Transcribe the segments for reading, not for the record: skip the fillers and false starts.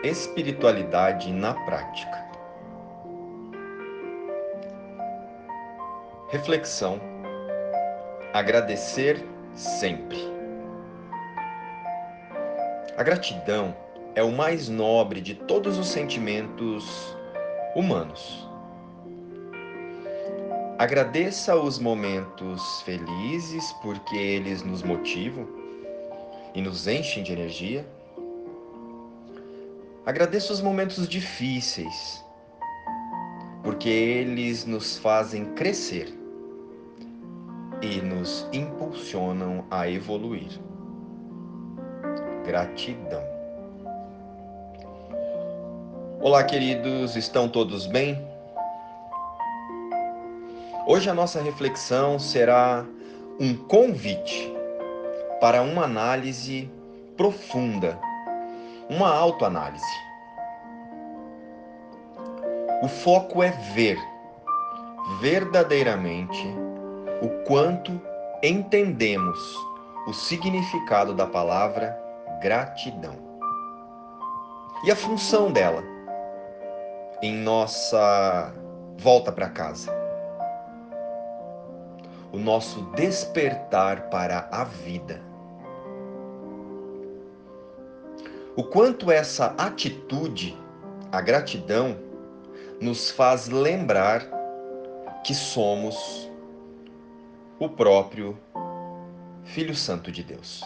Espiritualidade na prática. Reflexão: agradecer sempre. A gratidão é o mais nobre de todos os sentimentos humanos. Agradeça os momentos felizes, porque eles nos motivam e nos enchem de energia. Agradeça os momentos difíceis, porque eles nos fazem crescer e nos impulsionam a evoluir. Gratidão. Olá, queridos, estão todos bem? Hoje a nossa reflexão será um convite para uma análise profunda, uma autoanálise. O foco é ver verdadeiramente o quanto entendemos o significado da palavra gratidão e a função dela em nossa volta para casa, o nosso despertar para a vida. O quanto essa atitude, a gratidão, nos faz lembrar que somos o próprio Filho Santo de Deus.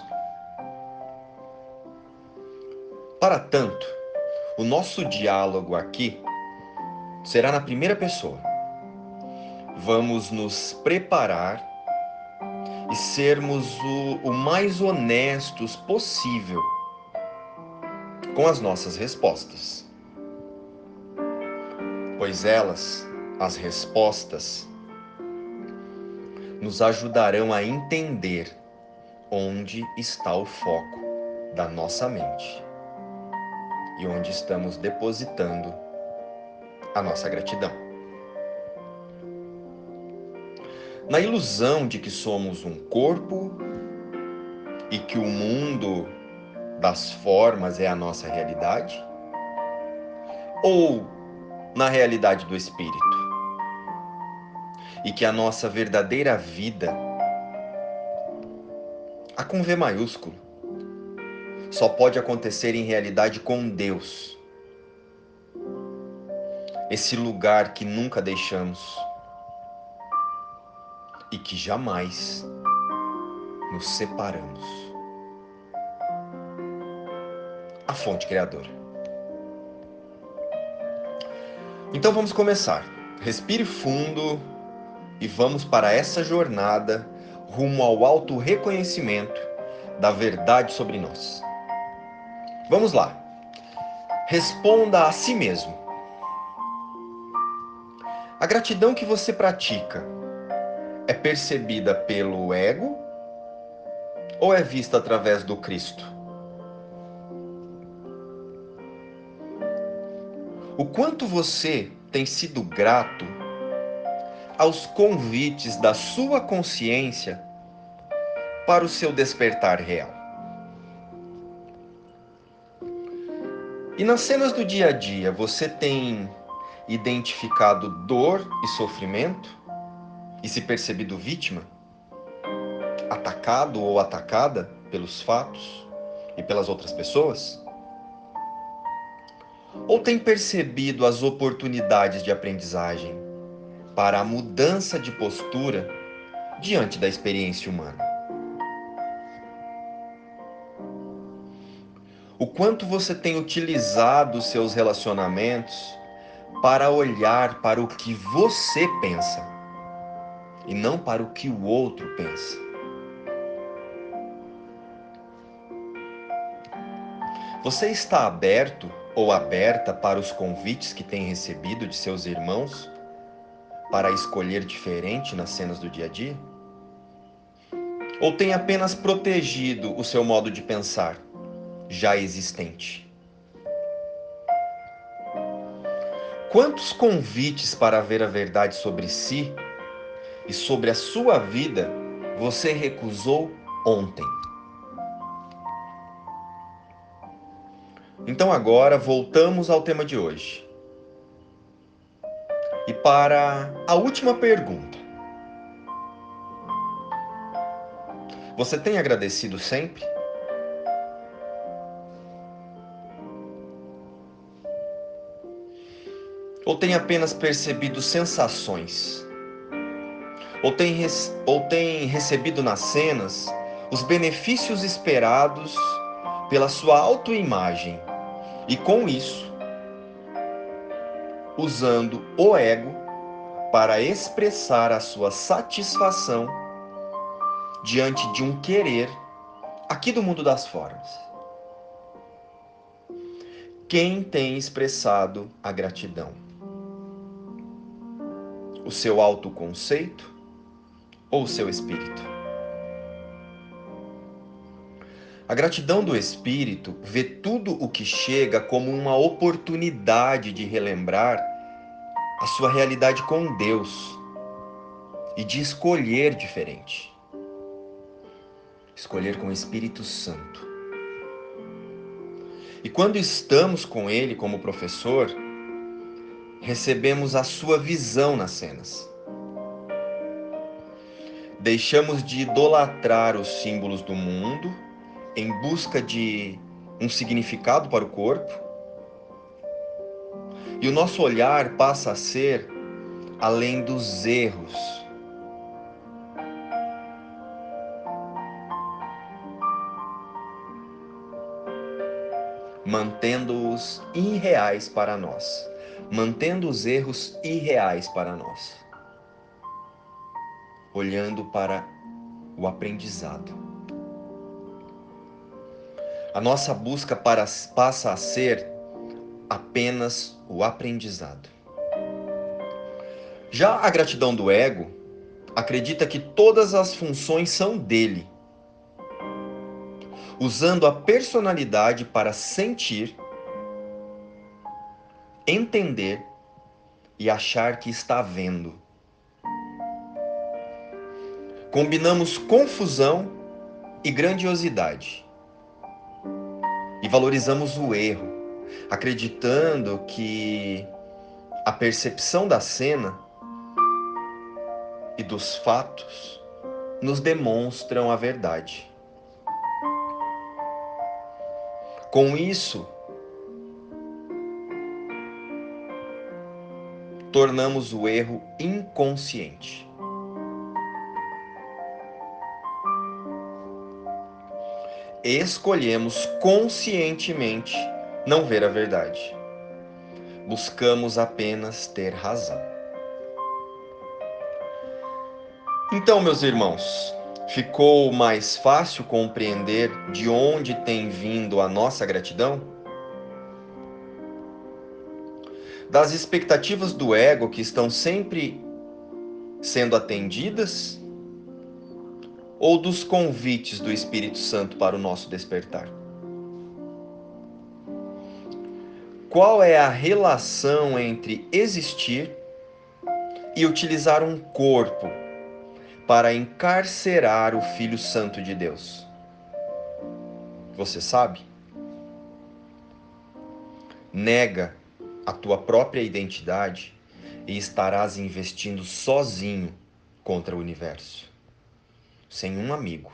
Para tanto, o nosso diálogo aqui será na primeira pessoa. Vamos nos preparar e sermos o mais honestos possível com as nossas respostas. Pois elas, as respostas, nos ajudarão a entender onde está o foco da nossa mente e onde estamos depositando a nossa gratidão. Na ilusão de que somos um corpo e que o mundo das formas é a nossa realidade, ou na realidade do espírito, e que a nossa verdadeira vida, a com V maiúsculo, só pode acontecer em realidade com Deus, esse lugar que nunca deixamos e que jamais nos separamos. A fonte criadora. Então vamos começar. Respire fundo e vamos para essa jornada rumo ao auto-reconhecimento da verdade sobre nós. Vamos lá. Responda a si mesmo. A gratidão que você pratica é percebida pelo ego ou é vista através do Cristo? O quanto você tem sido grato aos convites da sua consciência para o seu despertar real? E nas cenas do dia a dia, você tem identificado dor e sofrimento e se percebido vítima? Atacado ou atacada pelos fatos e pelas outras pessoas? Ou tem percebido as oportunidades de aprendizagem para a mudança de postura diante da experiência humana? O quanto você tem utilizado seus relacionamentos para olhar para o que você pensa e não para o que o outro pensa? Você está aberto ou aberta para os convites que tem recebido de seus irmãos para escolher diferente nas cenas do dia a dia? Ou tem apenas protegido o seu modo de pensar, já existente? Quantos convites para ver a verdade sobre si e sobre a sua vida você recusou ontem? Então agora voltamos ao tema de hoje. E para a última pergunta. Você tem agradecido sempre? Ou tem apenas percebido sensações? Ou tem recebido nas cenas os benefícios esperados pela sua autoimagem e com isso, usando o ego para expressar a sua satisfação diante de um querer aqui do mundo das formas? Quem tem expressado a gratidão? O seu autoconceito ou o seu espírito? A gratidão do espírito vê tudo o que chega como uma oportunidade de relembrar a sua realidade com Deus e de escolher diferente. Escolher com o Espírito Santo. E quando estamos com Ele como professor, recebemos a sua visão nas cenas. Deixamos de idolatrar os símbolos do mundo em busca de um significado para o corpo, e o nosso olhar passa a ser além dos erros. Mantendo-os irreais para nós. Mantendo os erros irreais para nós. Olhando para o aprendizado. A nossa busca passa a ser apenas o aprendizado. Já a gratidão do ego acredita que todas as funções são dele, usando a personalidade para sentir, entender e achar que está vendo. Combinamos confusão e grandiosidade. E valorizamos o erro, acreditando que a percepção da cena e dos fatos nos demonstram a verdade. Com isso, tornamos o erro inconsciente. Escolhemos conscientemente não ver a verdade. Buscamos apenas ter razão. Então, meus irmãos, ficou mais fácil compreender de onde tem vindo a nossa gratidão? Das expectativas do ego que estão sempre sendo atendidas? Ou dos convites do Espírito Santo para o nosso despertar? Qual é a relação entre existir e utilizar um corpo para encarcerar o Filho Santo de Deus? Você sabe? Nega a tua própria identidade e estarás investindo sozinho contra o universo, sem um amigo.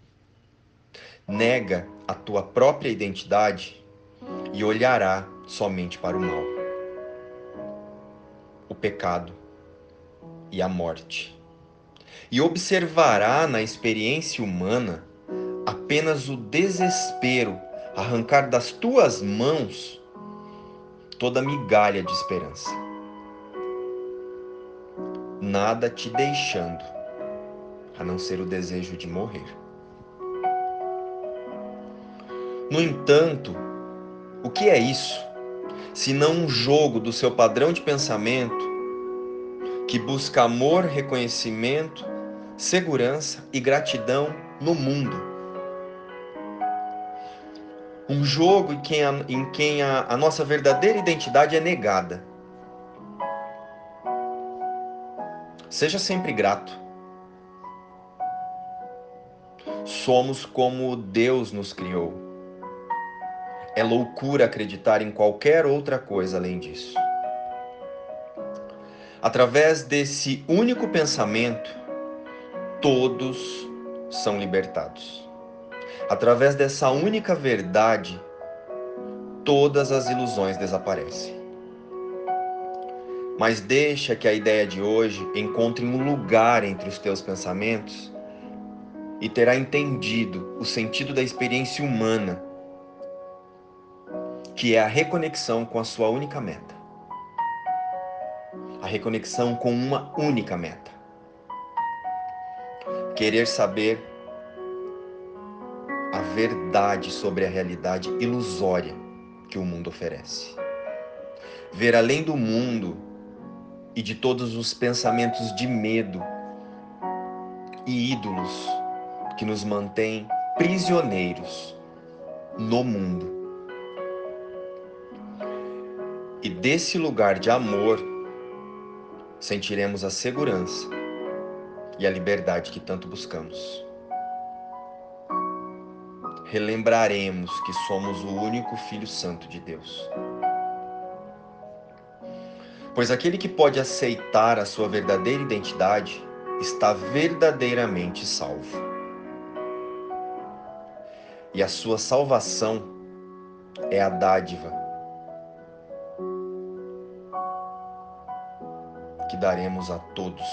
Nega a tua própria identidade e olhará somente para o mal, o pecado e a morte. E observará na experiência humana apenas o desespero arrancar das tuas mãos toda migalha de esperança. Nada te deixando, a não ser o desejo de morrer. No entanto, o que é isso, senão um jogo do seu padrão de pensamento que busca amor, reconhecimento, segurança e gratidão no mundo? Um jogo em quem a nossa verdadeira identidade é negada. Seja sempre grato. Somos como Deus nos criou. É loucura acreditar em qualquer outra coisa além disso. Através desse único pensamento, todos são libertados. Através dessa única verdade, todas as ilusões desaparecem. Mas deixa que a ideia de hoje encontre um lugar entre os teus pensamentos e terá entendido o sentido da experiência humana, que é a reconexão com a sua única meta. A reconexão com uma única meta. Querer saber a verdade sobre a realidade ilusória que o mundo oferece. Ver além do mundo e de todos os pensamentos de medo e ídolos que nos mantêm prisioneiros no mundo. E desse lugar de amor, sentiremos a segurança e a liberdade que tanto buscamos. Relembraremos que somos o único Filho Santo de Deus. Pois aquele que pode aceitar a sua verdadeira identidade está verdadeiramente salvo. E a sua salvação é a dádiva que daremos a todos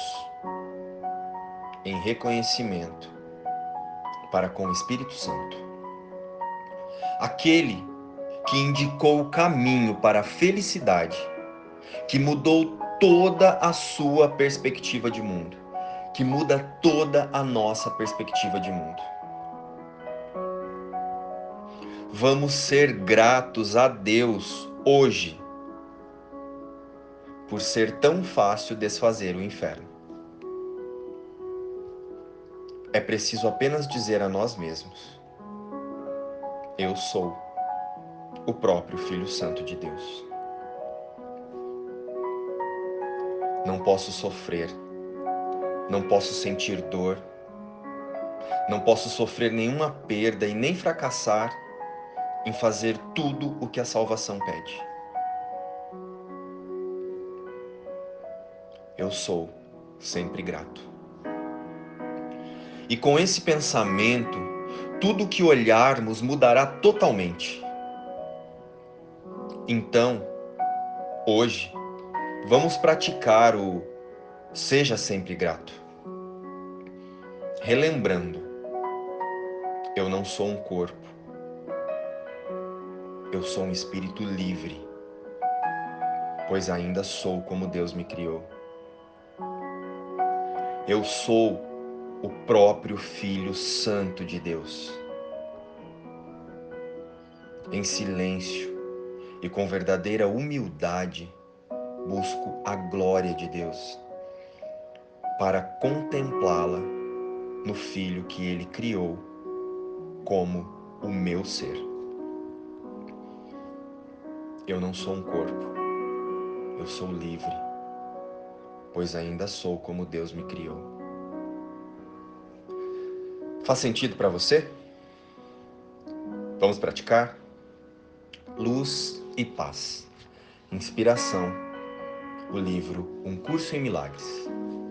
em reconhecimento para com o Espírito Santo. Aquele que indicou o caminho para a felicidade, que mudou toda a sua perspectiva de mundo, que muda toda a nossa perspectiva de mundo. Vamos ser gratos a Deus hoje por ser tão fácil desfazer o inferno. É preciso apenas dizer a nós mesmos: eu sou o próprio Filho Santo de Deus. Não posso sofrer, não posso sentir dor, não posso sofrer nenhuma perda e nem fracassar em fazer tudo o que a salvação pede. Eu sou sempre grato. E com esse pensamento, tudo que olharmos mudará totalmente. Então, hoje, vamos praticar o seja sempre grato. Relembrando, eu não sou um corpo, eu sou um espírito livre, pois ainda sou como Deus me criou. Eu sou o próprio Filho Santo de Deus. Em silêncio e com verdadeira humildade, busco a glória de Deus para contemplá-la no Filho que Ele criou como o meu ser. Eu não sou um corpo, eu sou livre, pois ainda sou como Deus me criou. Faz sentido para você? Vamos praticar? Luz e Paz. Inspiração, o livro Um Curso em Milagres.